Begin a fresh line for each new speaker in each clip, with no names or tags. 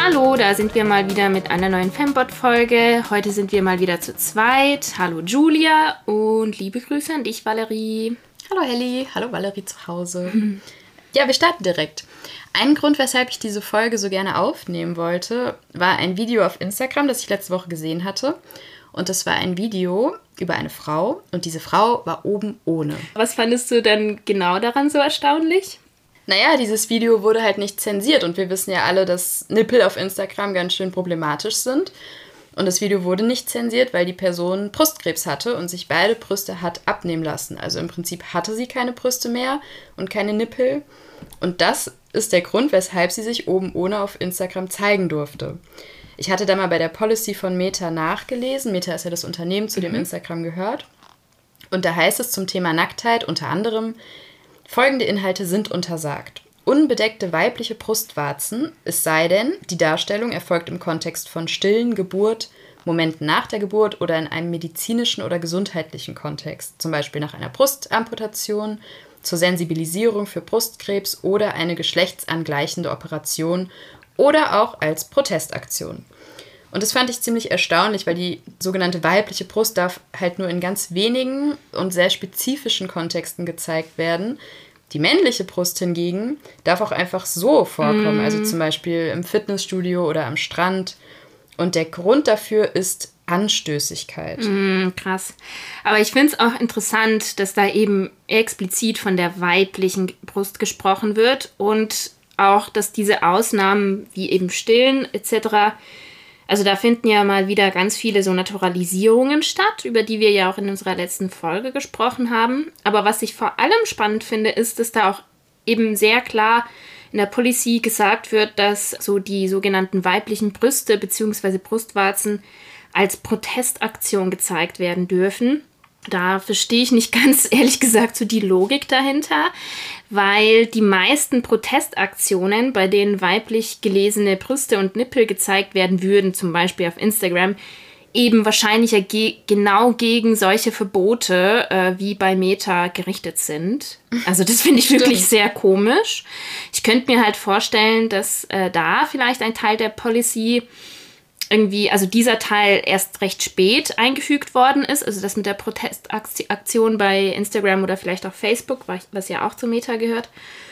Hallo, da sind wir mal wieder mit einer neuen Fembot-Folge. Heute sind wir mal wieder zu zweit. Hallo Julia und liebe Grüße an dich, Valerie.
Hallo Helly, hallo Valerie zu Hause. Ja, wir starten direkt. Ein Grund, weshalb ich diese Folge so gerne aufnehmen wollte, war ein Video auf Instagram, das ich letzte Woche gesehen hatte. Und das war ein Video über eine Frau und diese Frau war oben ohne.
Was fandest du denn genau daran so erstaunlich?
Naja, dieses Video wurde halt nicht zensiert und wir wissen ja alle, dass Nippel auf Instagram ganz schön problematisch sind. Und das Video wurde nicht zensiert, weil die Person Brustkrebs hatte und sich beide Brüste hat abnehmen lassen. Also im Prinzip hatte sie keine Brüste mehr und keine Nippel. Und das ist der Grund, weshalb sie sich oben ohne auf Instagram zeigen durfte. Ich hatte da mal bei der Policy von Meta nachgelesen. Meta ist ja das Unternehmen, zu dem Instagram gehört. Und da heißt es zum Thema Nacktheit unter anderem: Folgende Inhalte sind untersagt. Unbedeckte weibliche Brustwarzen, es sei denn, die Darstellung erfolgt im Kontext von Stillen, Geburt, Momenten nach der Geburt oder in einem medizinischen oder gesundheitlichen Kontext, zum Beispiel nach einer Brustamputation, zur Sensibilisierung für Brustkrebs oder eine geschlechtsangleichende Operation oder auch als Protestaktion. Und das fand ich ziemlich erstaunlich, weil die sogenannte weibliche Brust darf halt nur in ganz wenigen und sehr spezifischen Kontexten gezeigt werden. Die männliche Brust hingegen darf auch einfach so vorkommen, also zum Beispiel im Fitnessstudio oder am Strand. Und der Grund dafür ist Anstößigkeit.
Krass. Aber ich finde es auch interessant, dass da eben explizit von der weiblichen Brust gesprochen wird und auch, dass diese Ausnahmen wie eben Stillen etc., also da finden ja mal wieder ganz viele so Naturalisierungen statt, über die wir ja auch in unserer letzten Folge gesprochen haben. Aber was ich vor allem spannend finde, ist, dass da auch eben sehr klar in der Policy gesagt wird, dass so die sogenannten weiblichen Brüste bzw. Brustwarzen als Protestaktion gezeigt werden dürfen. Da verstehe ich nicht ganz, ehrlich gesagt, so die Logik dahinter, weil die meisten Protestaktionen, bei denen weiblich gelesene Brüste und Nippel gezeigt werden würden, zum Beispiel auf Instagram, eben wahrscheinlich ja genau gegen solche Verbote wie bei Meta gerichtet sind. Also das finde ich wirklich sehr komisch. Ich könnte mir halt vorstellen, dass da vielleicht ein Teil der Policy irgendwie, also dieser Teil erst recht spät eingefügt worden ist, also das mit der Protestaktion bei Instagram oder vielleicht auch Facebook, was ja auch zu Meta gehört.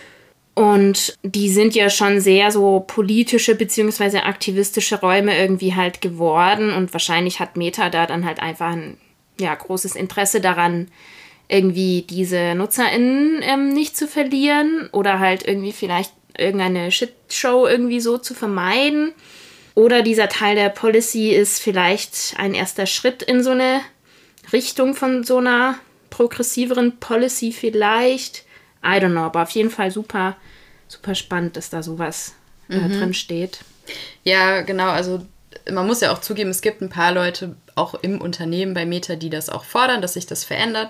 Und die sind ja schon sehr so politische bzw. aktivistische Räume irgendwie halt geworden und wahrscheinlich hat Meta da dann halt einfach ein großes Interesse daran, irgendwie diese NutzerInnen nicht zu verlieren oder halt irgendwie vielleicht irgendeine Shitshow irgendwie so zu vermeiden. Oder dieser Teil der Policy ist vielleicht ein erster Schritt in so eine Richtung von so einer progressiveren Policy vielleicht. I don't know, aber auf jeden Fall super, super spannend, dass da sowas drin steht.
Ja, genau, also man muss ja auch zugeben, es gibt ein paar Leute auch im Unternehmen bei Meta, die das auch fordern, dass sich das verändert.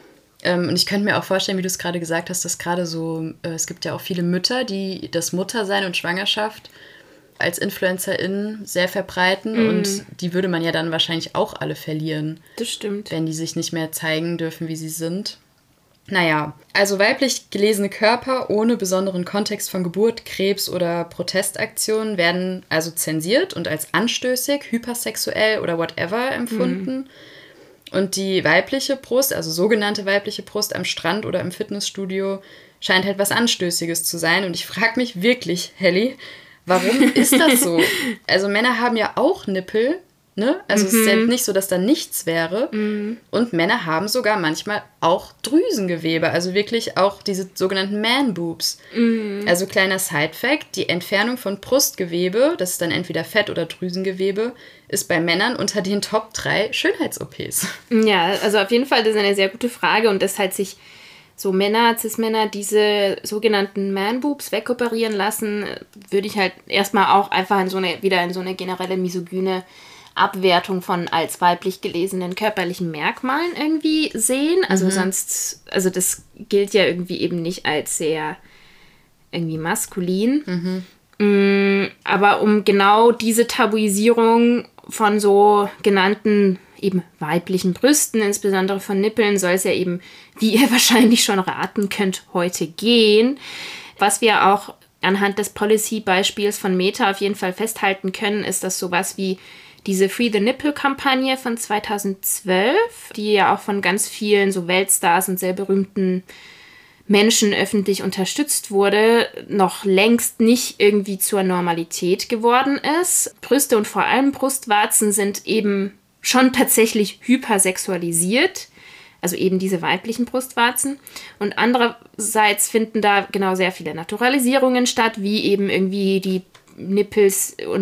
Und ich könnte mir auch vorstellen, wie du es gerade gesagt hast, dass gerade so, es gibt ja auch viele Mütter, die das Muttersein und Schwangerschaft als InfluencerInnen sehr verbreiten und die würde man ja dann wahrscheinlich auch alle verlieren.
Das stimmt.
Wenn die sich nicht mehr zeigen dürfen, wie sie sind. Naja, also weiblich gelesene Körper ohne besonderen Kontext von Geburt, Krebs oder Protestaktionen werden also zensiert und als anstößig, hypersexuell oder whatever empfunden. Und die weibliche Brust, also sogenannte weibliche Brust am Strand oder im Fitnessstudio, scheint halt was Anstößiges zu sein. Und ich frage mich wirklich, Helly, warum ist das so? Also Männer haben ja auch Nippel, ne? Also es ist ja nicht so, dass da nichts wäre. Und Männer haben sogar manchmal auch Drüsengewebe, also wirklich auch diese sogenannten Man-Boobs. Also kleiner Side-Fact, die Entfernung von Brustgewebe, das ist dann entweder Fett- oder Drüsengewebe, ist bei Männern unter den Top 3 Schönheits-OPs.
Ja, also auf jeden Fall, das ist eine sehr gute Frage und dass halt sich so Cis-Männer diese sogenannten Man-Boobs wegoperieren lassen, würde ich halt erstmal auch einfach wieder in so eine generelle misogyne Abwertung von als weiblich gelesenen körperlichen Merkmalen irgendwie sehen. Also sonst, also das gilt ja irgendwie eben nicht als sehr irgendwie maskulin. Aber um genau diese Tabuisierung von so genannten eben weiblichen Brüsten, insbesondere von Nippeln, soll es ja eben, wie ihr wahrscheinlich schon raten könnt, heute gehen. Was wir auch anhand des Policy-Beispiels von Meta auf jeden Fall festhalten können, ist das sowas wie diese Free the Nipple-Kampagne von 2012, die ja auch von ganz vielen so Weltstars und sehr berühmten Menschen öffentlich unterstützt wurde, noch längst nicht irgendwie zur Normalität geworden ist. Brüste und vor allem Brustwarzen sind eben schon tatsächlich hypersexualisiert, also eben diese weiblichen Brustwarzen. Und andererseits finden da genau sehr viele Naturalisierungen statt, wie eben irgendwie die Nippel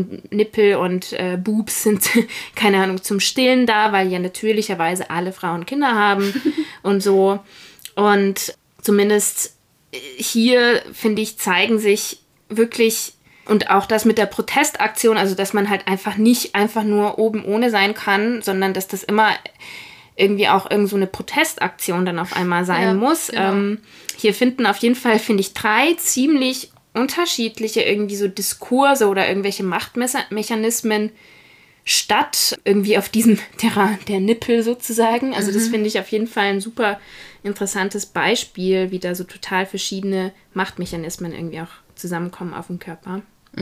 und Boobs sind, keine Ahnung, zum Stillen da, weil ja natürlicherweise alle Frauen Kinder haben und so. Und zumindest hier, finde ich, zeigen sich wirklich, und auch das mit der Protestaktion, also dass man halt nicht einfach nur oben ohne sein kann, sondern dass das immer irgendwie auch irgend so eine Protestaktion dann auf einmal sein muss. Genau. Hier finden auf jeden Fall, finde ich, 3 ziemlich unterschiedliche irgendwie so Diskurse oder irgendwelche Machtmechanismen statt, irgendwie auf diesem Terrain der Nippel sozusagen. Also das finde ich auf jeden Fall ein super interessantes Beispiel, wie da so total verschiedene Machtmechanismen irgendwie auch zusammenkommen auf dem Körper.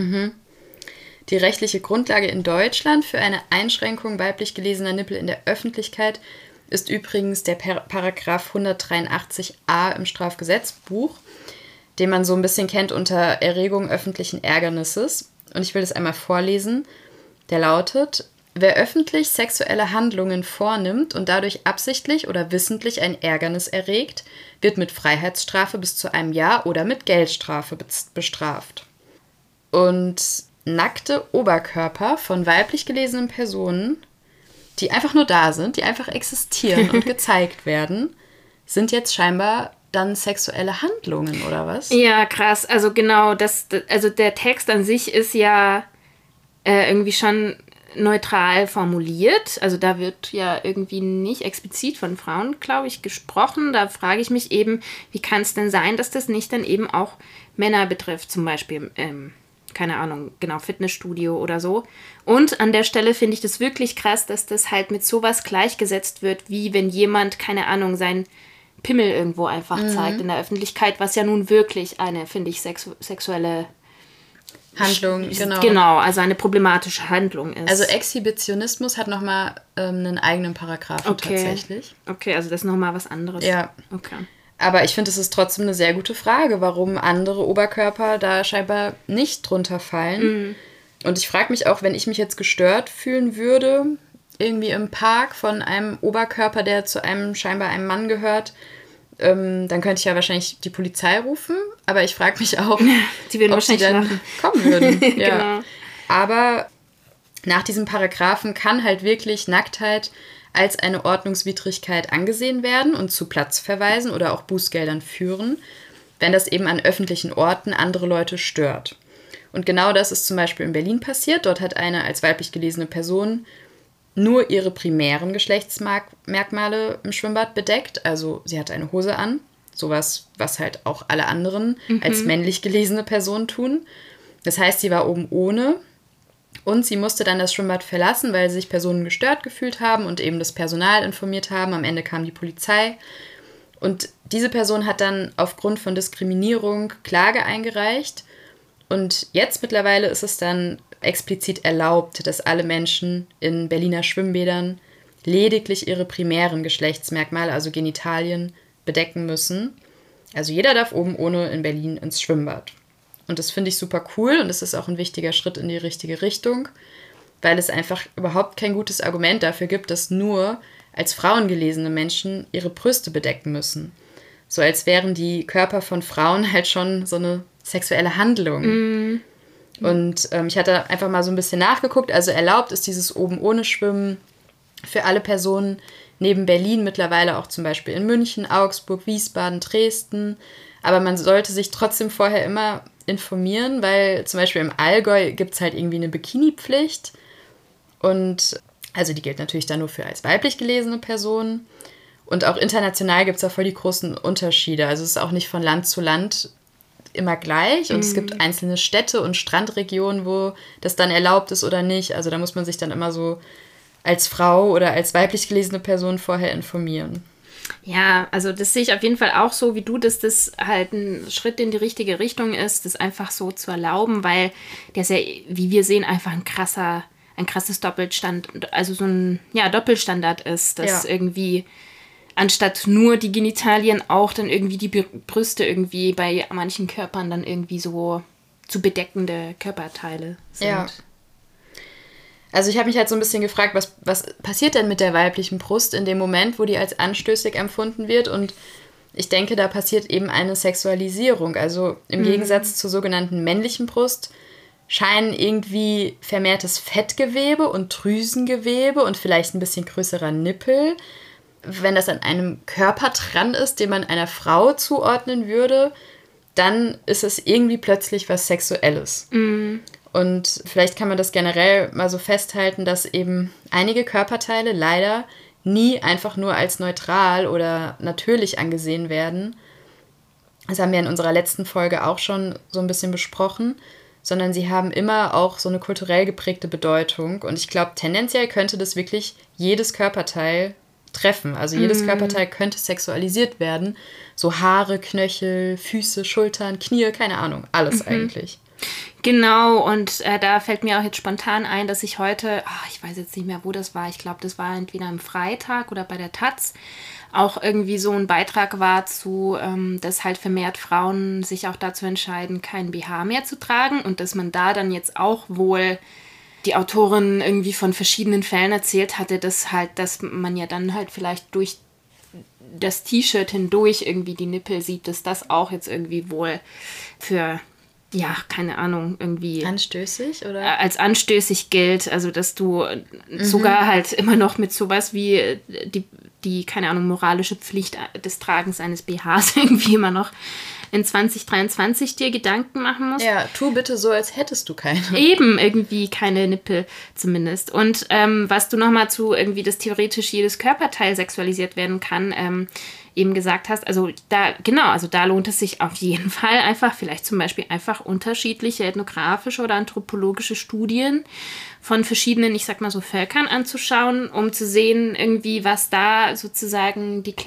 Die rechtliche Grundlage in Deutschland für eine Einschränkung weiblich gelesener Nippel in der Öffentlichkeit ist übrigens der Paragraph 183a im Strafgesetzbuch, den man so ein bisschen kennt unter Erregung öffentlichen Ärgernisses. Und ich will das einmal vorlesen. Der lautet: Wer öffentlich sexuelle Handlungen vornimmt und dadurch absichtlich oder wissentlich ein Ärgernis erregt, wird mit Freiheitsstrafe bis zu 1 Jahr oder mit Geldstrafe bestraft. Und nackte Oberkörper von weiblich gelesenen Personen, die einfach nur da sind, die einfach existieren und gezeigt werden, sind jetzt scheinbar dann sexuelle Handlungen, oder was?
Ja, krass. Also genau, also der Text an sich ist ja irgendwie schon neutral formuliert. Also da wird ja irgendwie nicht explizit von Frauen, glaube ich, gesprochen. Da frage ich mich eben, wie kann es denn sein, dass das nicht dann eben auch Männer betrifft, zum Beispiel, keine Ahnung, genau, Fitnessstudio oder so. Und an der Stelle finde ich das wirklich krass, dass das halt mit sowas gleichgesetzt wird, wie wenn jemand, keine Ahnung, seinen Pimmel irgendwo einfach zeigt in der Öffentlichkeit, was ja nun wirklich eine, finde ich, sexuelle
Handlung, genau.
Genau, also eine problematische Handlung ist.
Also Exhibitionismus hat nochmal einen eigenen Paragraphen tatsächlich.
Okay, also das ist nochmal was anderes.
Ja.
Okay.
Aber ich finde, es ist trotzdem eine sehr gute Frage, warum andere Oberkörper da scheinbar nicht drunter fallen. Und ich frage mich auch, wenn ich mich jetzt gestört fühlen würde, irgendwie im Park von einem Oberkörper, der zu scheinbar einem Mann gehört, dann könnte ich ja wahrscheinlich die Polizei rufen. Aber ich frage mich auch,
die würden
ob sie dann
machen.
kommen würden. Ja.
Genau.
Aber nach diesem Paragraphen kann halt wirklich Nacktheit als eine Ordnungswidrigkeit angesehen werden und zu Platzverweisen oder auch Bußgeldern führen, wenn das eben an öffentlichen Orten andere Leute stört. Und genau das ist zum Beispiel in Berlin passiert. Dort hat eine als weiblich gelesene Person nur ihre primären Geschlechtsmerkmale im Schwimmbad bedeckt. Also sie hatte eine Hose an, sowas, was halt auch alle anderen als männlich gelesene Personen tun. Das heißt, sie war oben ohne und sie musste dann das Schwimmbad verlassen, weil sich Personen gestört gefühlt haben und eben das Personal informiert haben. Am Ende kam die Polizei und diese Person hat dann aufgrund von Diskriminierung Klage eingereicht. Und jetzt mittlerweile ist es dann explizit erlaubt, dass alle Menschen in Berliner Schwimmbädern lediglich ihre primären Geschlechtsmerkmale, also Genitalien, bedecken müssen. Also jeder darf oben ohne in Berlin ins Schwimmbad. Und das finde ich super cool und es ist auch ein wichtiger Schritt in die richtige Richtung, weil es einfach überhaupt kein gutes Argument dafür gibt, dass nur als Frauen gelesene Menschen ihre Brüste bedecken müssen. So als wären die Körper von Frauen halt schon so eine sexuelle Handlung. Und ich hatte einfach mal so ein bisschen nachgeguckt. Also erlaubt ist dieses oben ohne Schwimmen für alle Personen neben Berlin, mittlerweile auch zum Beispiel in München, Augsburg, Wiesbaden, Dresden. Aber man sollte sich trotzdem vorher immer informieren, weil zum Beispiel im Allgäu gibt es halt irgendwie eine Bikini-Pflicht. Und also die gilt natürlich dann nur für als weiblich gelesene Personen. Und auch international gibt es da voll die großen Unterschiede. Also es ist auch nicht von Land zu Land immer gleich. Und es gibt einzelne Städte und Strandregionen, wo das dann erlaubt ist oder nicht. Also da muss man sich dann immer so als Frau oder als weiblich gelesene Person vorher informieren.
Ja, also das sehe ich auf jeden Fall auch so wie du, dass das halt ein Schritt in die richtige Richtung ist, das einfach so zu erlauben, weil der ist ja, wie wir sehen, einfach ein krasses also so ein Doppelstandard ist, dass irgendwie anstatt nur die Genitalien auch dann irgendwie die Brüste irgendwie bei manchen Körpern dann irgendwie so zu bedeckende Körperteile sind.
Ja. Also ich habe mich halt so ein bisschen gefragt, was passiert denn mit der weiblichen Brust in dem Moment, wo die als anstößig empfunden wird? Und ich denke, da passiert eben eine Sexualisierung. Also im Gegensatz zur sogenannten männlichen Brust scheinen irgendwie vermehrtes Fettgewebe und Drüsengewebe und vielleicht ein bisschen größerer Nippel, wenn das an einem Körper dran ist, den man einer Frau zuordnen würde, dann ist es irgendwie plötzlich was Sexuelles. Und vielleicht kann man das generell mal so festhalten, dass eben einige Körperteile leider nie einfach nur als neutral oder natürlich angesehen werden. Das haben wir in unserer letzten Folge auch schon so ein bisschen besprochen, sondern sie haben immer auch so eine kulturell geprägte Bedeutung. Und ich glaube, tendenziell könnte das wirklich jedes Körperteil treffen. Also jedes Körperteil könnte sexualisiert werden. So Haare, Knöchel, Füße, Schultern, Knie, keine Ahnung, alles eigentlich.
Genau, und da fällt mir auch jetzt spontan ein, dass ich heute, ich weiß jetzt nicht mehr, wo das war, ich glaube, das war entweder am Freitag oder bei der Taz, auch irgendwie so ein Beitrag war zu, dass halt vermehrt Frauen sich auch dazu entscheiden, keinen BH mehr zu tragen und dass man da dann jetzt auch wohl die Autorin irgendwie von verschiedenen Fällen erzählt hatte, dass man ja dann halt vielleicht durch das T-Shirt hindurch irgendwie die Nippel sieht, dass das auch jetzt irgendwie wohl für, keine Ahnung, irgendwie
anstößig oder
als anstößig gilt. Also, dass du sogar halt immer noch mit sowas wie die, keine Ahnung, moralische Pflicht des Tragens eines BHs irgendwie immer noch in 2023 dir Gedanken machen musst.
Ja, tu bitte so, als hättest du keine.
Eben, irgendwie keine Nippel zumindest. Und was du nochmal zu irgendwie, dass theoretisch jedes Körperteil sexualisiert werden kann, eben gesagt hast, also da lohnt es sich auf jeden Fall einfach, vielleicht zum Beispiel einfach unterschiedliche ethnografische oder anthropologische Studien von verschiedenen, ich sag mal so, Völkern anzuschauen, um zu sehen, irgendwie, was da sozusagen die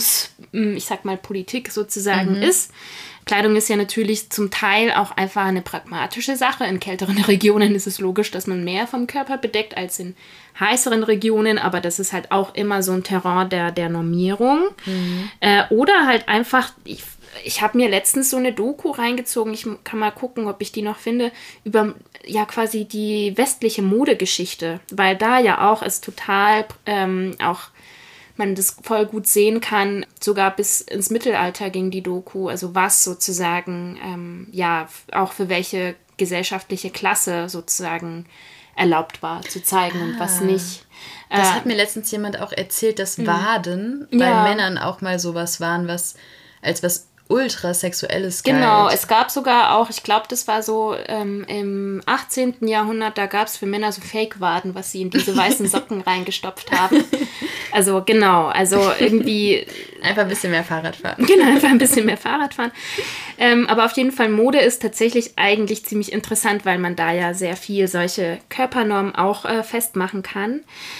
Politik sozusagen ist. Kleidung ist ja natürlich zum Teil auch einfach eine pragmatische Sache. In kälteren Regionen ist es logisch, dass man mehr vom Körper bedeckt als in heißeren Regionen, aber das ist halt auch immer so ein Terrain der Normierung. Oder halt einfach, ich habe mir letztens so eine Doku reingezogen, ich kann mal gucken, ob ich die noch finde, über quasi die westliche Modegeschichte, weil da ja auch es total auch man das voll gut sehen kann, sogar bis ins Mittelalter ging die Doku, also was sozusagen, auch für welche gesellschaftliche Klasse sozusagen erlaubt war zu zeigen und was nicht.
Das hat mir letztens jemand auch erzählt, dass Waden bei Männern auch mal sowas waren, was als was Ultrasexuelles galt.
Genau, es gab sogar auch, ich glaube, das war so im 18. Jahrhundert, da gab es für Männer so Fake-Waden, was sie in diese weißen Socken reingestopft haben. Also genau, also irgendwie...
Einfach ein bisschen mehr Fahrrad fahren.
Genau, einfach ein bisschen mehr Fahrrad fahren. Aber auf jeden Fall, Mode ist tatsächlich eigentlich ziemlich interessant, weil man da ja sehr viel solche Körpernormen auch festmachen kann.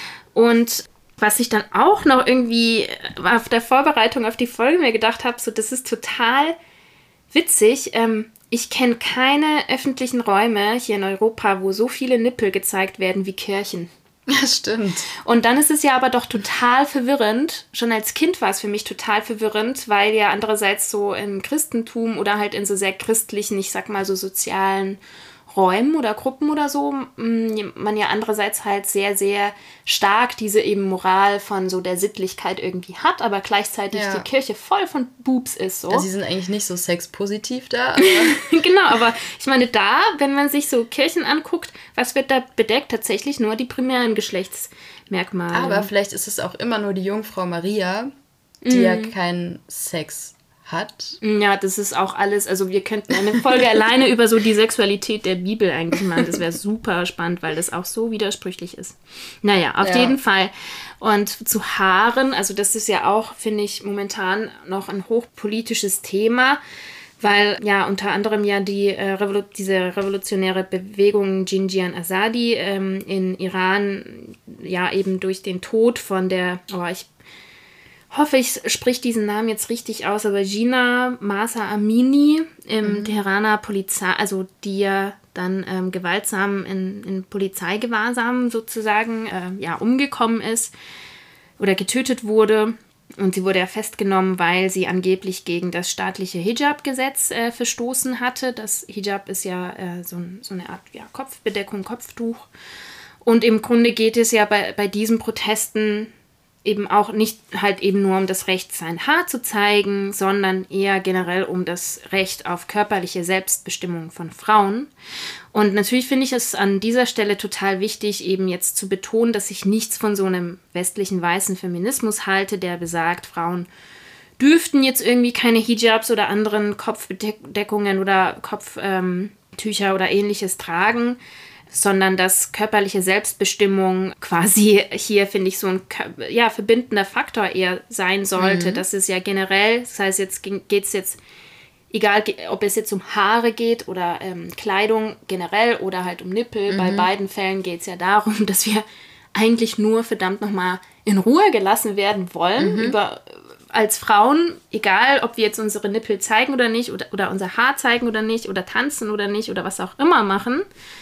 Und was ich dann auch noch irgendwie auf der Vorbereitung auf die Folge mir gedacht habe, so das ist total witzig. Ich kenne keine öffentlichen Räume hier in Europa, wo so viele Nippel gezeigt werden wie Kirchen.
Ja, stimmt.
Und dann ist es ja aber doch total verwirrend. Schon als Kind war es für mich total verwirrend, weil ja andererseits so im Christentum oder halt in so sehr christlichen, ich sag mal so sozialen Räumen oder Gruppen oder so, man ja andererseits halt sehr, sehr stark diese eben Moral von so der Sittlichkeit irgendwie hat, aber gleichzeitig die Kirche voll von Boobs ist. So.
Also sie sind eigentlich nicht so sexpositiv da. Aber
genau, aber ich meine da, wenn man sich so Kirchen anguckt, was wird da bedeckt? Tatsächlich nur die primären Geschlechtsmerkmale.
Aber vielleicht ist es auch immer nur die Jungfrau Maria, die ja keinen Sex hat.
Ja, das ist auch alles, also wir könnten eine Folge alleine über so die Sexualität der Bibel eigentlich machen. Das wäre super spannend, weil das auch so widersprüchlich ist. Naja, auf jeden Fall. Und zu Haaren, also das ist ja auch, finde ich, momentan noch ein hochpolitisches Thema, weil ja unter anderem ja diese revolutionäre Bewegung Jinjian Azadi in Iran ja eben durch den Tod von der, hoffe, ich spreche diesen Namen jetzt richtig aus, aber Jina Mahsa Amini im Teheraner Polizei, also die ja dann gewaltsam in Polizeigewahrsam sozusagen umgekommen ist oder getötet wurde. Und sie wurde ja festgenommen, weil sie angeblich gegen das staatliche Hijab-Gesetz verstoßen hatte. Das Hijab ist ja so eine Art Kopfbedeckung, Kopftuch. Und im Grunde geht es ja bei diesen Protesten eben auch nicht halt eben nur um das Recht, sein Haar zu zeigen, sondern eher generell um das Recht auf körperliche Selbstbestimmung von Frauen. Und natürlich finde ich es an dieser Stelle total wichtig, eben jetzt zu betonen, dass ich nichts von so einem westlichen weißen Feminismus halte, der besagt, Frauen dürften jetzt irgendwie keine Hijabs oder anderen Kopfbedeckungen oder Kopftücher oder ähnliches tragen, sondern dass körperliche Selbstbestimmung quasi hier, finde ich, so ein verbindender Faktor eher sein sollte. Das ist ja generell, das heißt, jetzt geht es jetzt, egal ob es jetzt um Haare geht oder Kleidung generell oder halt um Nippel, bei beiden Fällen geht es ja darum, dass wir eigentlich nur verdammt nochmal in Ruhe gelassen werden wollen als Frauen, egal ob wir jetzt unsere Nippel zeigen oder nicht oder unser Haar zeigen oder nicht oder tanzen oder nicht oder was auch immer machen.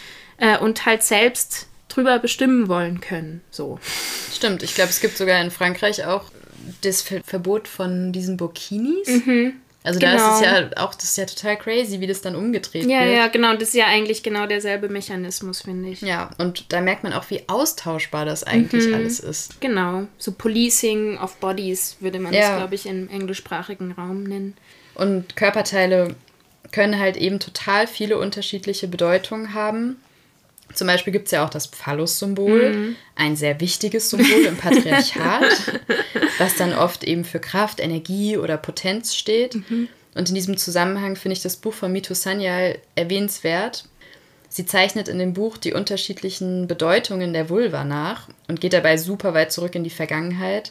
Und halt selbst drüber bestimmen wollen können. So.
Stimmt, ich glaube, es gibt sogar in Frankreich auch das Verbot von diesen Burkinis. Also da ist es ja auch, das ist ja total crazy, wie das dann umgedreht wird.
Ja, genau, das ist ja eigentlich genau derselbe Mechanismus, finde ich.
Ja, und da merkt man auch, wie austauschbar das eigentlich alles ist.
Genau, so Policing of Bodies würde man das, glaube ich, im englischsprachigen Raum nennen.
Und Körperteile können halt eben total viele unterschiedliche Bedeutungen haben. Zum Beispiel gibt es ja auch das Phallus-Symbol, ein sehr wichtiges Symbol im Patriarchat, was dann oft eben für Kraft, Energie oder Potenz steht. Und in diesem Zusammenhang finde ich das Buch von Mitu Sanyal erwähnenswert. Sie zeichnet in dem Buch die unterschiedlichen Bedeutungen der Vulva nach und geht dabei super weit zurück in die Vergangenheit.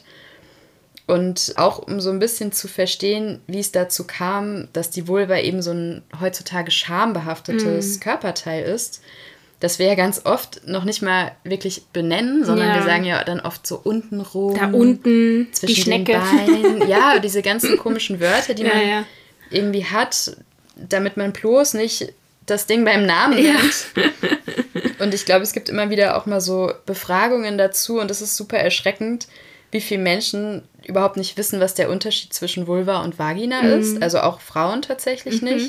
Und auch um so ein bisschen zu verstehen, wie es dazu kam, dass die Vulva eben so ein heutzutage schambehaftetes Körperteil ist, dass wir ja ganz oft noch nicht mal wirklich benennen, sondern wir sagen ja dann oft so unten rum.
Da unten,
zwischen
die Schnecke.
Den Beinen. Ja, diese ganzen komischen Wörter, die man irgendwie hat, damit man bloß nicht das Ding beim Namen nennt. Und ich glaube, es gibt immer wieder auch mal so Befragungen dazu und es ist super erschreckend, wie viele Menschen überhaupt nicht wissen, was der Unterschied zwischen Vulva und Vagina ist. Also auch Frauen tatsächlich nicht.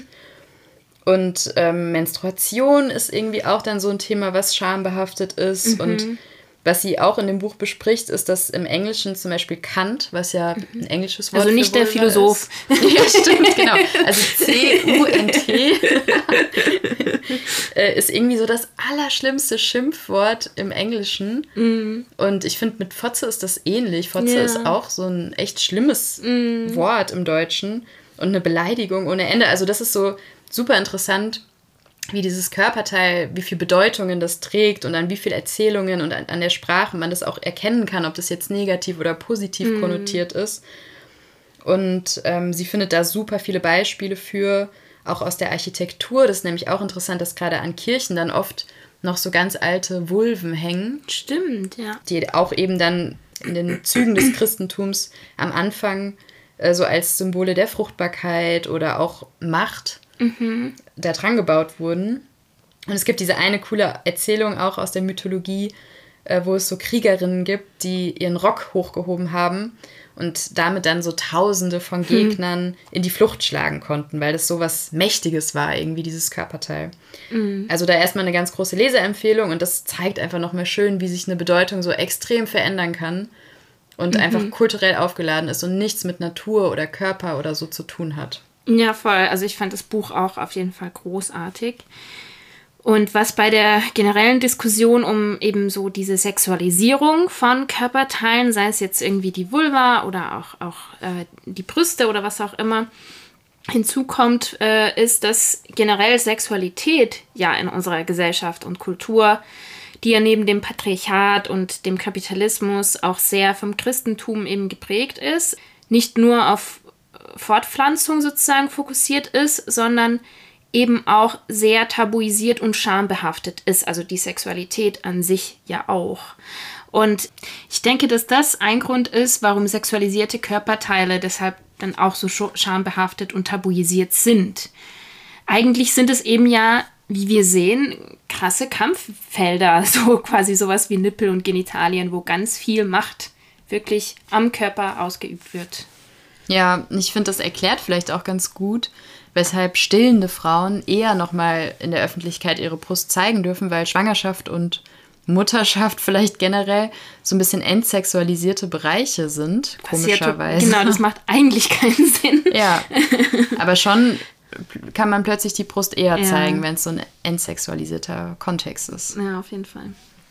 Und Menstruation ist irgendwie auch dann so ein Thema, was schambehaftet ist. Und was sie auch in dem Buch bespricht, ist, dass im Englischen zum Beispiel Kant, was ja ein englisches Wort
also nicht
für Vulva
der Philosoph.
Ist. Ja, stimmt, genau. Also C-U-N-T ist irgendwie so das allerschlimmste Schimpfwort im Englischen. Und ich finde, mit Fotze ist das ähnlich. Fotze ist auch so ein echt schlimmes Wort im Deutschen und eine Beleidigung ohne Ende. Also das ist so super interessant, wie dieses Körperteil, wie viel Bedeutungen das trägt und an wie viel Erzählungen und an der Sprache man das auch erkennen kann, ob das jetzt negativ oder positiv konnotiert ist. Und sie findet da super viele Beispiele für, auch aus der Architektur. Das ist nämlich auch interessant, dass gerade an Kirchen dann oft noch so ganz alte Vulven hängen.
Stimmt, ja.
Die auch eben dann in den Zügen des Christentums am Anfang so als Symbole der Fruchtbarkeit oder auch Macht da dran gebaut wurden. Und es gibt diese eine coole Erzählung auch aus der Mythologie, wo es so Kriegerinnen gibt, die ihren Rock hochgehoben haben und damit dann so Tausende von Gegnern in die Flucht schlagen konnten, weil das so was Mächtiges war, irgendwie dieses Körperteil. Also da erstmal eine ganz große Leseempfehlung und das zeigt einfach nochmal schön, wie sich eine Bedeutung so extrem verändern kann und einfach kulturell aufgeladen ist und nichts mit Natur oder Körper oder so zu tun hat.
Ja, voll. Also ich fand das Buch auch auf jeden Fall großartig. Und was bei der generellen Diskussion um eben so diese Sexualisierung von Körperteilen, sei es jetzt irgendwie die Vulva oder auch die Brüste oder was auch immer, hinzukommt, ist, dass generell Sexualität ja in unserer Gesellschaft und Kultur, die ja neben dem Patriarchat und dem Kapitalismus auch sehr vom Christentum eben geprägt ist, nicht nur auf Fortpflanzung sozusagen fokussiert ist, sondern eben auch sehr tabuisiert und schambehaftet ist, also die Sexualität an sich ja auch. Und ich denke, dass das ein Grund ist, warum sexualisierte Körperteile deshalb dann auch so schambehaftet und tabuisiert sind. Eigentlich sind es eben ja, wie wir sehen, krasse Kampffelder, so quasi sowas wie Nippel und Genitalien, wo ganz viel Macht wirklich am Körper ausgeübt wird.
Ja, ich finde, das erklärt vielleicht auch ganz gut, weshalb stillende Frauen eher nochmal in der Öffentlichkeit ihre Brust zeigen dürfen, weil Schwangerschaft und Mutterschaft vielleicht generell so ein bisschen entsexualisierte Bereiche sind, komischerweise.
Genau, das macht eigentlich keinen Sinn.
Ja, aber schon kann man plötzlich die Brust eher zeigen, wenn es so ein entsexualisierter Kontext ist.
Ja, auf jeden Fall.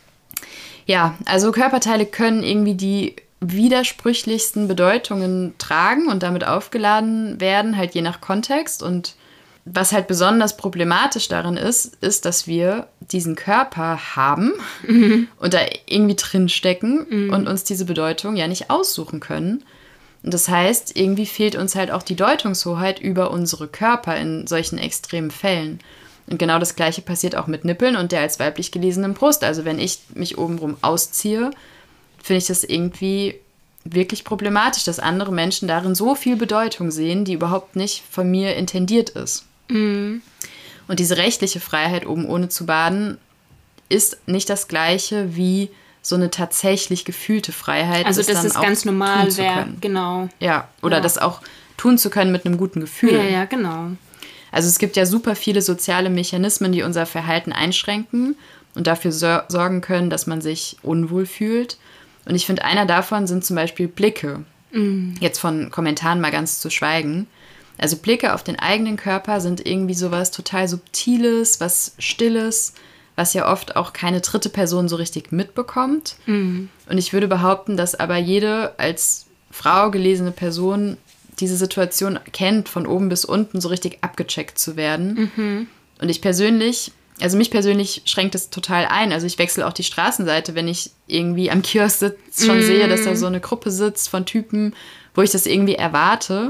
Ja, also Körperteile können irgendwie die widersprüchlichsten Bedeutungen tragen und damit aufgeladen werden, halt je nach Kontext. Und was halt besonders problematisch darin ist, dass wir diesen Körper haben und da irgendwie drinstecken und uns diese Bedeutung ja nicht aussuchen können. Und das heißt, irgendwie fehlt uns halt auch die Deutungshoheit über unsere Körper in solchen extremen Fällen. Und genau das Gleiche passiert auch mit Nippeln und der als weiblich gelesenen Brust. Also wenn ich mich obenrum ausziehe, finde ich das irgendwie wirklich problematisch, dass andere Menschen darin so viel Bedeutung sehen, die überhaupt nicht von mir intendiert ist. Und diese rechtliche Freiheit, oben ohne zu baden, ist nicht das Gleiche wie so eine tatsächlich gefühlte Freiheit.
Also dass es ganz normal wäre,
genau. Ja, oder das auch tun zu können mit einem guten Gefühl.
Ja, genau.
Also es gibt ja super viele soziale Mechanismen, die unser Verhalten einschränken und dafür sorgen können, dass man sich unwohl fühlt. Und ich finde, einer davon sind zum Beispiel Blicke. Jetzt von Kommentaren mal ganz zu schweigen. Also Blicke auf den eigenen Körper sind irgendwie sowas total Subtiles, was Stilles, was ja oft auch keine dritte Person so richtig mitbekommt. Und ich würde behaupten, dass aber jede als Frau gelesene Person diese Situation kennt, von oben bis unten so richtig abgecheckt zu werden. Und mich persönlich schränkt es total ein. Also ich wechsle auch die Straßenseite, wenn ich irgendwie am Kiosk schon sehe, dass da so eine Gruppe sitzt von Typen, wo ich das irgendwie erwarte.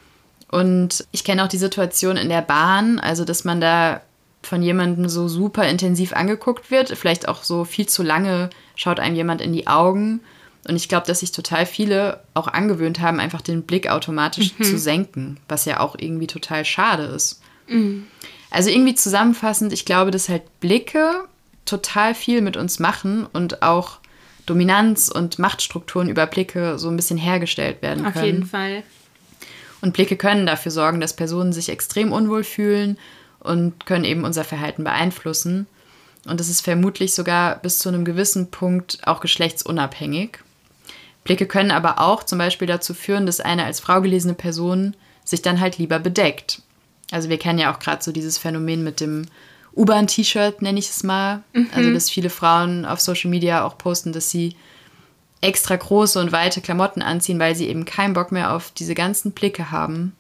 Und ich kenne auch die Situation in der Bahn, also dass man da von jemandem so super intensiv angeguckt wird. Vielleicht auch so viel zu lange schaut einem jemand in die Augen. Und ich glaube, dass sich total viele auch angewöhnt haben, einfach den Blick automatisch zu senken, was ja auch irgendwie total schade ist. Also irgendwie zusammenfassend, ich glaube, dass halt Blicke total viel mit uns machen und auch Dominanz und Machtstrukturen über Blicke so ein bisschen hergestellt werden können.
Auf jeden Fall.
Und Blicke können dafür sorgen, dass Personen sich extrem unwohl fühlen und können eben unser Verhalten beeinflussen. Und das ist vermutlich sogar bis zu einem gewissen Punkt auch geschlechtsunabhängig. Blicke können aber auch zum Beispiel dazu führen, dass eine als Frau gelesene Person sich dann halt lieber bedeckt. Also wir kennen ja auch gerade so dieses Phänomen mit dem U-Bahn-T-Shirt, nenne ich es mal. Also dass viele Frauen auf Social Media auch posten, dass sie extra große und weite Klamotten anziehen, weil sie eben keinen Bock mehr auf diese ganzen Blicke haben.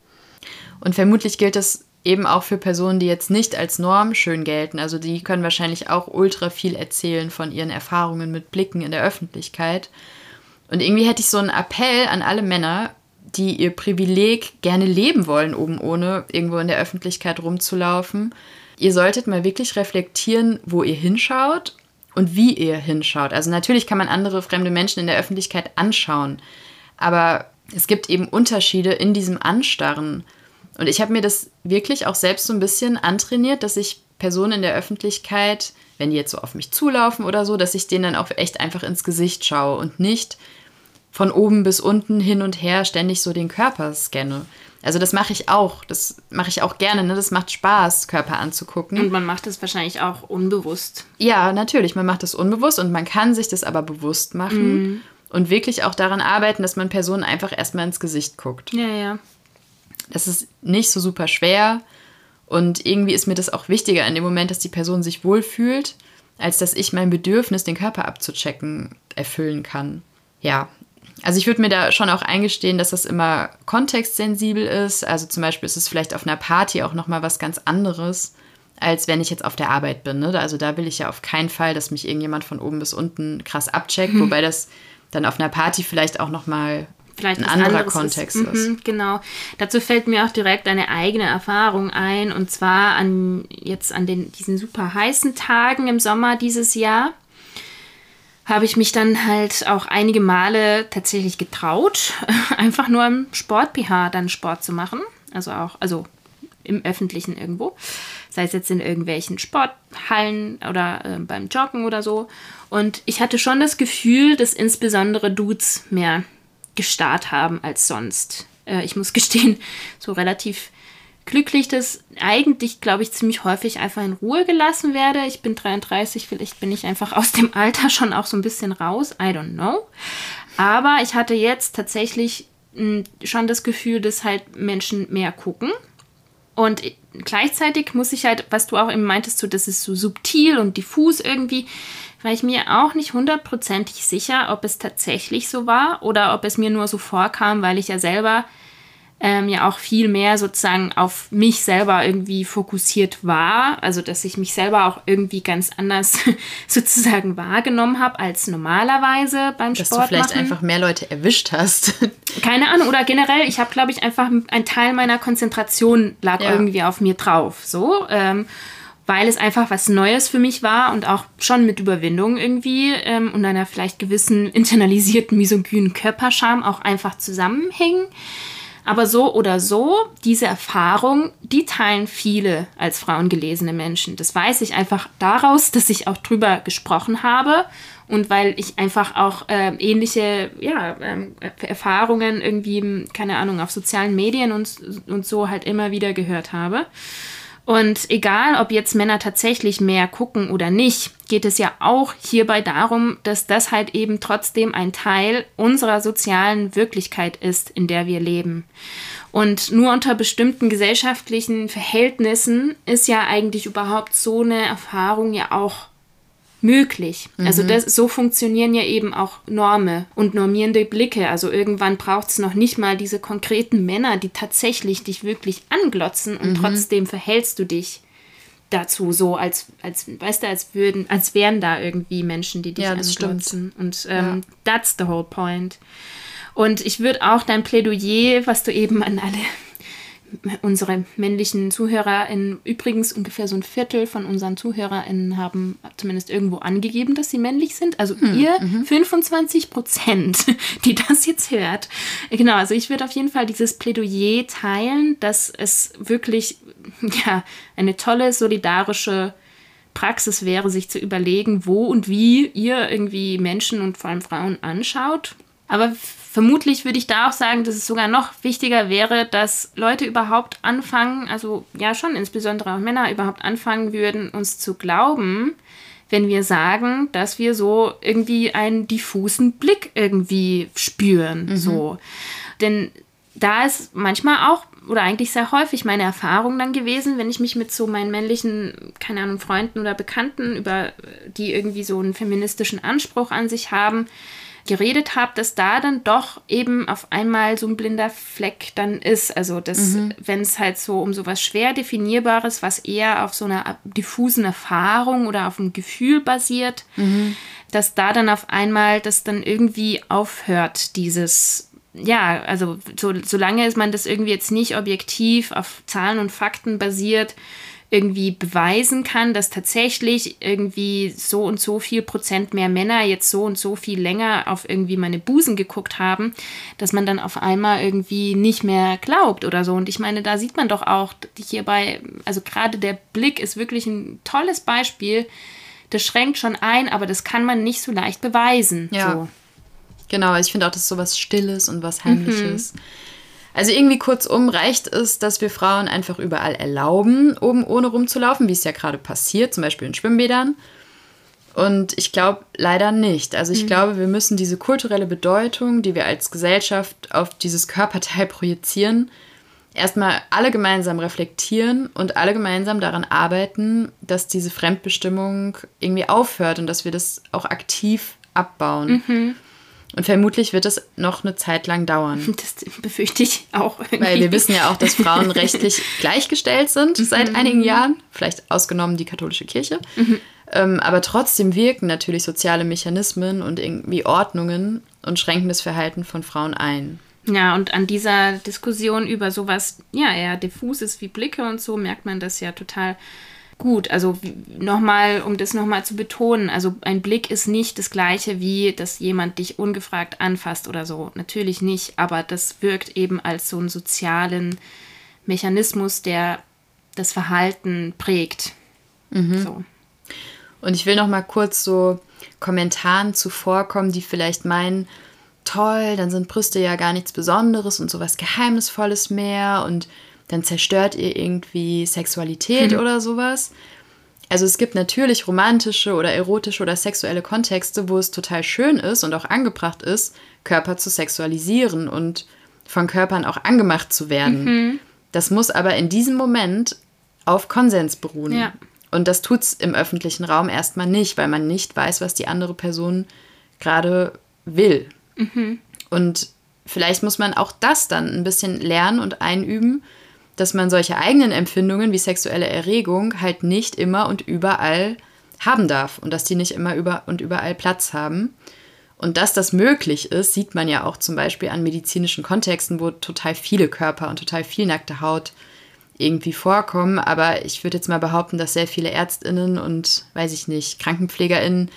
Und vermutlich gilt das eben auch für Personen, die jetzt nicht als Norm schön gelten. Also die können wahrscheinlich auch ultra viel erzählen von ihren Erfahrungen mit Blicken in der Öffentlichkeit. Und irgendwie hätte ich so einen Appell an alle Männer, die ihr Privileg gerne leben wollen, oben ohne irgendwo in der Öffentlichkeit rumzulaufen. Ihr solltet mal wirklich reflektieren, wo ihr hinschaut und wie ihr hinschaut. Also natürlich kann man andere fremde Menschen in der Öffentlichkeit anschauen, aber es gibt eben Unterschiede in diesem Anstarren. Und ich habe mir das wirklich auch selbst so ein bisschen antrainiert, dass ich Personen in der Öffentlichkeit, wenn die jetzt so auf mich zulaufen oder so, dass ich denen dann auch echt einfach ins Gesicht schaue und nicht von oben bis unten hin und her ständig so den Körper scanne. Also das mache ich auch. Das mache ich auch gerne. Ne? Das macht Spaß, Körper anzugucken.
Und man macht das wahrscheinlich auch unbewusst.
Ja, natürlich. Man macht das unbewusst und man kann sich das aber bewusst machen und wirklich auch daran arbeiten, dass man Personen einfach erstmal ins Gesicht guckt.
Ja, ja.
Das ist nicht so super schwer und irgendwie ist mir das auch wichtiger in dem Moment, dass die Person sich wohlfühlt, als dass ich mein Bedürfnis, den Körper abzuchecken, erfüllen kann. Ja, also ich würde mir da schon auch eingestehen, dass das immer kontextsensibel ist. Also zum Beispiel ist es vielleicht auf einer Party auch nochmal was ganz anderes, als wenn ich jetzt auf der Arbeit bin. Ne? Also da will ich ja auf keinen Fall, dass mich irgendjemand von oben bis unten krass abcheckt, wobei das dann auf einer Party vielleicht auch nochmal ein anderer Kontext ist.
Genau. Dazu fällt mir auch direkt eine eigene Erfahrung ein, und zwar an diesen super heißen Tagen im Sommer dieses Jahr habe ich mich dann halt auch einige Male tatsächlich getraut, einfach nur im Sport-BH dann Sport zu machen. Also im Öffentlichen irgendwo. Sei es jetzt in irgendwelchen Sporthallen oder beim Joggen oder so. Und ich hatte schon das Gefühl, dass insbesondere Dudes mehr gestarrt haben als sonst. Ich muss gestehen, so relativ glücklich, dass eigentlich, glaube ich, ziemlich häufig einfach in Ruhe gelassen werde. Ich bin 33, vielleicht bin ich einfach aus dem Alter schon auch so ein bisschen raus. I don't know. Aber ich hatte jetzt tatsächlich schon das Gefühl, dass halt Menschen mehr gucken. Und gleichzeitig muss ich halt, was du auch eben meintest, so, das ist so subtil und diffus irgendwie, war ich mir auch nicht 100% sicher, ob es tatsächlich so war oder ob es mir nur so vorkam, weil ich ja selber ja auch viel mehr sozusagen auf mich selber irgendwie fokussiert war. Also, dass ich mich selber auch irgendwie ganz anders sozusagen wahrgenommen habe als normalerweise beim Sport machen.
Dass du vielleicht einfach mehr Leute erwischt hast.
Keine Ahnung. Oder generell, ich habe, glaube ich, einfach ein Teil meiner Konzentration lag irgendwie auf mir drauf. So, weil es einfach was Neues für mich war und auch schon mit Überwindung irgendwie und einer vielleicht gewissen internalisierten misogynen Körperscham auch einfach zusammenhängen. Aber so oder so, diese Erfahrung, die teilen viele als frauengelesene Menschen. Das weiß ich einfach daraus, dass ich auch drüber gesprochen habe und weil ich einfach auch ähnliche Erfahrungen irgendwie, keine Ahnung, auf sozialen Medien und so halt immer wieder gehört habe. Und egal, ob jetzt Männer tatsächlich mehr gucken oder nicht, geht es ja auch hierbei darum, dass das halt eben trotzdem ein Teil unserer sozialen Wirklichkeit ist, in der wir leben. Und nur unter bestimmten gesellschaftlichen Verhältnissen ist ja eigentlich überhaupt so eine Erfahrung ja auch möglich. Also so funktionieren ja eben auch Normen und normierende Blicke. Also irgendwann braucht es noch nicht mal diese konkreten Männer, die tatsächlich dich wirklich anglotzen und trotzdem verhältst du dich dazu so, als weißt du, als wären da irgendwie Menschen, die dich anglotzen. Und that's the whole point. Und ich würde auch dein Plädoyer, was du eben an alle unsere männlichen ZuhörerInnen, übrigens ungefähr so ein Viertel von unseren ZuhörerInnen haben zumindest irgendwo angegeben, dass sie männlich sind. Also ihr 25%, die das jetzt hört. Genau, also ich würde auf jeden Fall dieses Plädoyer teilen, dass es wirklich eine tolle, solidarische Praxis wäre, sich zu überlegen, wo und wie ihr irgendwie Menschen und vor allem Frauen anschaut. Aber vermutlich würde ich da auch sagen, dass es sogar noch wichtiger wäre, dass Leute überhaupt anfangen, also ja schon insbesondere auch Männer überhaupt anfangen würden, uns zu glauben, wenn wir sagen, dass wir so irgendwie einen diffusen Blick irgendwie spüren. So. Denn da ist manchmal auch, oder eigentlich sehr häufig meine Erfahrung dann gewesen, wenn ich mich mit so meinen männlichen, keine Ahnung, Freunden oder Bekannten, über die irgendwie so einen feministischen Anspruch an sich haben, geredet habe, dass da dann doch eben auf einmal so ein blinder Fleck dann ist. Also wenn es halt so um sowas schwer Definierbares, was eher auf so einer diffusen Erfahrung oder auf einem Gefühl basiert, dass da dann auf einmal das dann irgendwie aufhört, dieses, also solange man das irgendwie jetzt nicht objektiv auf Zahlen und Fakten basiert irgendwie beweisen kann, dass tatsächlich irgendwie so und so viel Prozent mehr Männer jetzt so und so viel länger auf irgendwie meine Busen geguckt haben, dass man dann auf einmal irgendwie nicht mehr glaubt oder so. Und ich meine, da sieht man doch auch hierbei, also gerade der Blick ist wirklich ein tolles Beispiel. Das schränkt schon ein, aber das kann man nicht so leicht beweisen.
Ja,
so.
Genau. Ich finde auch, das ist so was Stilles und was Heimliches. Also irgendwie kurzum reicht es, dass wir Frauen einfach überall erlauben, oben ohne rumzulaufen, wie es ja gerade passiert, zum Beispiel in Schwimmbädern. Und ich glaube leider nicht. Also ich glaube, wir müssen diese kulturelle Bedeutung, die wir als Gesellschaft auf dieses Körperteil projizieren, erstmal alle gemeinsam reflektieren und alle gemeinsam daran arbeiten, dass diese Fremdbestimmung irgendwie aufhört und dass wir das auch aktiv abbauen. Und vermutlich wird es noch eine Zeit lang dauern.
Das befürchte ich auch irgendwie.
Weil wir wissen ja auch, dass Frauen rechtlich gleichgestellt sind seit einigen Jahren. Vielleicht ausgenommen die katholische Kirche. Aber trotzdem wirken natürlich soziale Mechanismen und irgendwie Ordnungen und schränken das Verhalten von Frauen ein.
Ja, und an dieser Diskussion über sowas, eher diffuses wie Blicke und so, merkt man das ja total gut. Also nochmal, um das nochmal zu betonen, also ein Blick ist nicht das Gleiche wie, dass jemand dich ungefragt anfasst oder so. Natürlich nicht, aber das wirkt eben als so einen sozialen Mechanismus, der das Verhalten prägt. So.
Und ich will noch mal kurz so Kommentaren zuvorkommen, die vielleicht meinen, toll, dann sind Brüste ja gar nichts Besonderes und sowas Geheimnisvolles mehr und dann zerstört ihr irgendwie Sexualität oder sowas. Also es gibt natürlich romantische oder erotische oder sexuelle Kontexte, wo es total schön ist und auch angebracht ist, Körper zu sexualisieren und von Körpern auch angemacht zu werden. Das muss aber in diesem Moment auf Konsens beruhen.
Ja.
Und das tut's im öffentlichen Raum erstmal nicht, weil man nicht weiß, was die andere Person gerade will. Und vielleicht muss man auch das dann ein bisschen lernen und einüben, dass man solche eigenen Empfindungen wie sexuelle Erregung halt nicht immer und überall haben darf und dass die nicht immer überall Platz haben. Und dass das möglich ist, sieht man ja auch zum Beispiel an medizinischen Kontexten, wo total viele Körper und total viel nackte Haut irgendwie vorkommen. Aber ich würde jetzt mal behaupten, dass sehr viele ÄrztInnen und, weiß ich nicht, KrankenpflegerInnen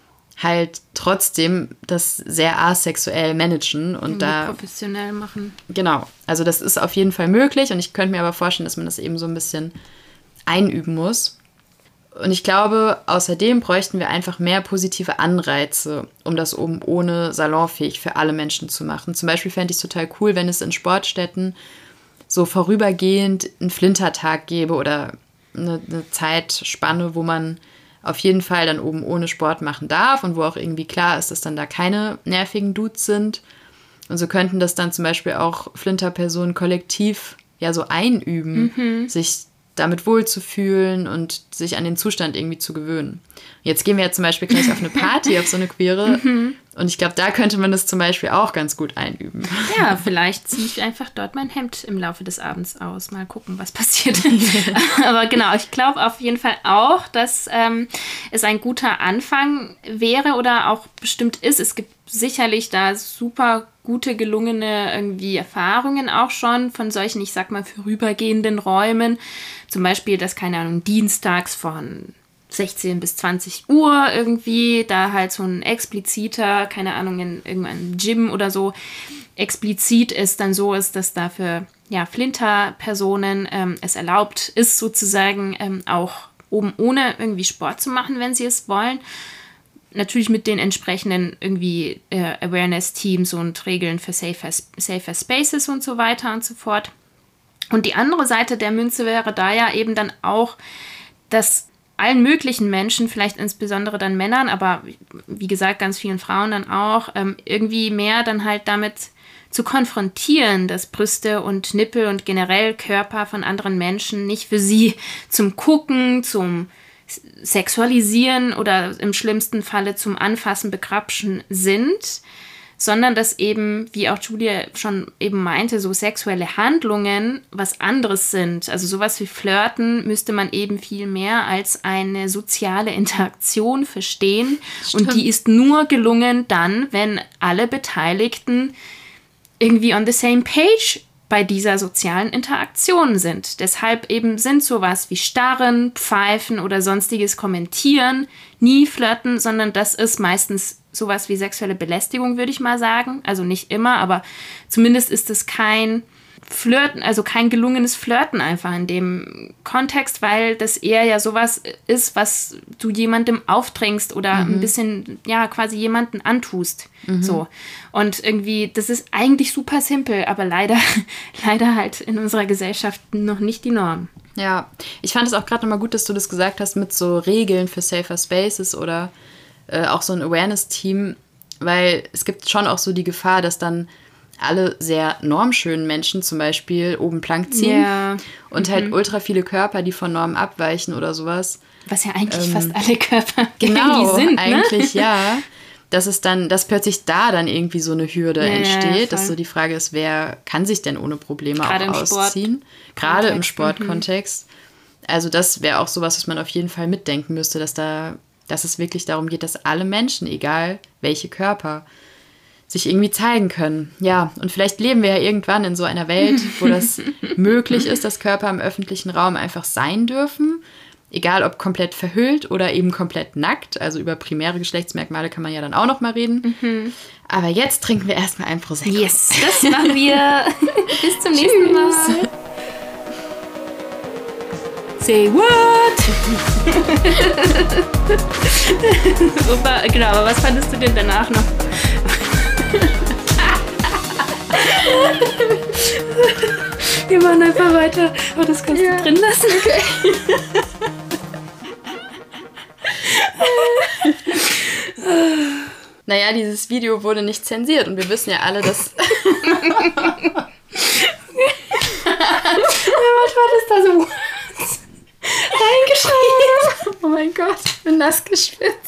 halt trotzdem das sehr asexuell managen und da
professionell machen.
Genau, also das ist auf jeden Fall möglich und ich könnte mir aber vorstellen, dass man das eben so ein bisschen einüben muss. Und ich glaube, außerdem bräuchten wir einfach mehr positive Anreize, um das oben ohne salonfähig für alle Menschen zu machen. Zum Beispiel fände ich es total cool, wenn es in Sportstätten so vorübergehend einen Flintertag gäbe oder eine Zeitspanne, wo man auf jeden Fall dann oben ohne Sport machen darf und wo auch irgendwie klar ist, dass dann da keine nervigen Dudes sind. Und so könnten das dann zum Beispiel auch Flinterpersonen kollektiv ja so einüben, sich damit wohlzufühlen und sich an den Zustand irgendwie zu gewöhnen. Jetzt gehen wir ja zum Beispiel gleich auf eine Party, auf so eine queere. Und ich glaube, da könnte man das zum Beispiel auch ganz gut einüben.
Ja, vielleicht ziehe ich einfach dort mein Hemd im Laufe des Abends aus. Mal gucken, was passiert. Aber genau, ich glaube auf jeden Fall auch, dass es ein guter Anfang wäre oder auch bestimmt ist. Es gibt sicherlich da super gute, gelungene irgendwie Erfahrungen auch schon von solchen, ich sag mal, vorübergehenden Räumen. Zum Beispiel, dass, keine Ahnung, dienstags von 16 bis 20 Uhr irgendwie da halt so ein expliziter, keine Ahnung, in irgendeinem Gym oder so, explizit ist dann so ist, dass dafür ja Flinterpersonen es erlaubt ist, sozusagen auch oben ohne irgendwie Sport zu machen, wenn sie es wollen. Natürlich mit den entsprechenden irgendwie Awareness-Teams und Regeln für safer Spaces und so weiter und so fort. Und die andere Seite der Münze wäre da ja eben dann auch, dass allen möglichen Menschen, vielleicht insbesondere dann Männern, aber wie gesagt ganz vielen Frauen dann auch, irgendwie mehr dann halt damit zu konfrontieren, dass Brüste und Nippel und generell Körper von anderen Menschen nicht für sie zum Gucken, zum Sexualisieren oder im schlimmsten Falle zum Anfassen, Begrapschen sind, sondern dass eben, wie auch Julia schon eben meinte, so sexuelle Handlungen was anderes sind. Also sowas wie Flirten müsste man eben viel mehr als eine soziale Interaktion verstehen. Stimmt. Und die ist nur gelungen dann, wenn alle Beteiligten irgendwie on the same page bei dieser sozialen Interaktion sind. Deshalb eben sind sowas wie Starren, Pfeifen oder sonstiges Kommentieren nie Flirten, sondern das ist meistens sowas wie sexuelle Belästigung, würde ich mal sagen. Also nicht immer, aber zumindest ist es kein Flirten, also kein gelungenes Flirten einfach in dem Kontext, weil das eher ja sowas ist, was du jemandem aufdrängst oder ein bisschen, ja, quasi jemanden antust. So. Und irgendwie, das ist eigentlich super simpel, aber leider halt in unserer Gesellschaft noch nicht die Norm.
Ja, ich fand es auch gerade nochmal gut, dass du das gesagt hast mit so Regeln für Safer Spaces oder auch so ein Awareness-Team, weil es gibt schon auch so die Gefahr, dass dann alle sehr normschönen Menschen zum Beispiel oben plank ziehen und halt ultra viele Körper, die von Normen abweichen oder sowas.
Was ja eigentlich fast alle Körper
genau,
sind, ne?
Eigentlich ja. Dass plötzlich da dann irgendwie so eine Hürde entsteht, dass so die Frage ist, wer kann sich denn ohne Probleme auch ausziehen? Gerade im Sportkontext. Also das wäre auch sowas, was man auf jeden Fall mitdenken müsste, dass es wirklich darum geht, dass alle Menschen, egal welche Körper, sich irgendwie zeigen können. Ja, und vielleicht leben wir ja irgendwann in so einer Welt, wo das möglich ist, dass Körper im öffentlichen Raum einfach sein dürfen. Egal ob komplett verhüllt oder eben komplett nackt. Also über primäre Geschlechtsmerkmale kann man ja dann auch noch mal reden. Aber jetzt trinken wir erstmal ein Prosecco.
Yes, das machen wir. Bis zum nächsten Mal. Say what? Super, genau, aber was fandest du denn danach noch? Wir machen einfach weiter. Aber das kannst du drin lassen. Okay.
Naja, dieses Video wurde nicht zensiert und wir wissen ja alle, dass...
Was war das da so reingeschrieben?
Oh mein Gott, ich bin nass geschwitzt.